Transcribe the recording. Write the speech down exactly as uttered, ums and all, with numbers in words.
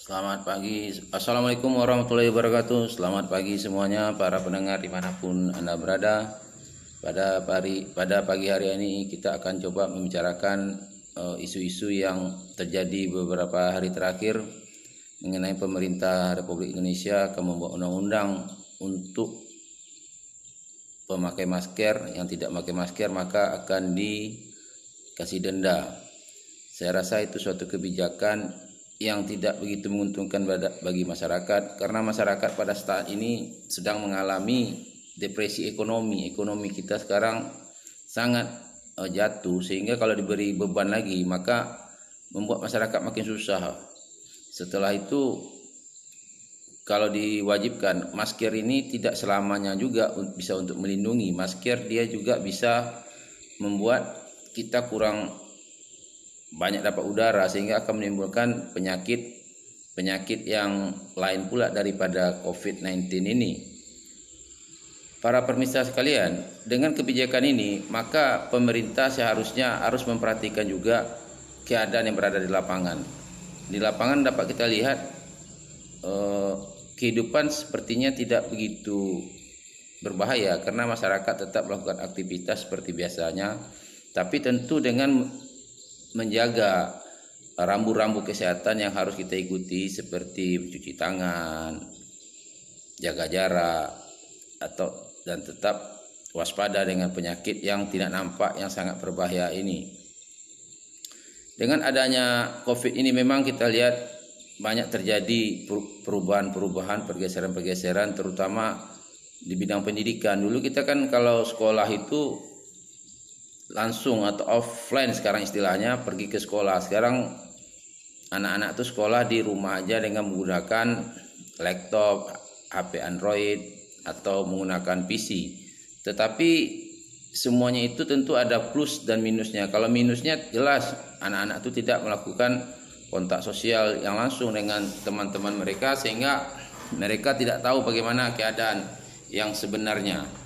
Selamat pagi, Assalamualaikum warahmatullahi wabarakatuh. Selamat pagi semuanya para pendengar dimanapun Anda berada. Pada pagi pada pagi hari ini kita akan coba membicarakan uh, isu-isu yang terjadi beberapa hari terakhir mengenai pemerintah Republik Indonesia akan membuat undang-undang untuk pemakai masker. Yang tidak memakai masker maka akan dikasih denda. Saya rasa itu suatu kebijakan yang tidak begitu menguntungkan bagi masyarakat, karena masyarakat pada saat ini sedang mengalami depresi ekonomi. Ekonomi kita sekarang sangat uh, jatuh, sehingga kalau diberi beban lagi maka membuat masyarakat makin susah. Setelah itu kalau diwajibkan, masker ini tidak selamanya juga bisa untuk melindungi. Masker dia juga bisa membuat kita kurang banyak dapat udara, sehingga akan menimbulkan penyakit penyakit yang lain pula daripada covid sembilan belas ini. Para pemirsa sekalian, dengan kebijakan ini maka pemerintah seharusnya harus memperhatikan juga keadaan yang berada di lapangan. Di lapangan dapat kita lihat eh, kehidupan sepertinya tidak begitu berbahaya, karena masyarakat tetap melakukan aktivitas seperti biasanya, tapi tentu dengan menjaga rambu-rambu kesehatan yang harus kita ikuti, seperti mencuci tangan, jaga jarak, atau dan tetap waspada dengan penyakit yang tidak nampak yang sangat berbahaya ini. Dengan adanya COVID ini memang kita lihat banyak terjadi perubahan-perubahan, pergeseran-pergeseran, terutama di bidang pendidikan. Dulu kita kan kalau sekolah itu langsung atau offline, sekarang istilahnya pergi ke sekolah. Sekarang anak-anak tuh sekolah di rumah aja dengan menggunakan laptop, H P Android, atau menggunakan P C. Tetapi semuanya itu tentu ada plus dan minusnya. Kalau minusnya jelas anak-anak itu tidak melakukan kontak sosial yang langsung dengan teman-teman mereka, sehingga mereka tidak tahu bagaimana keadaan yang sebenarnya.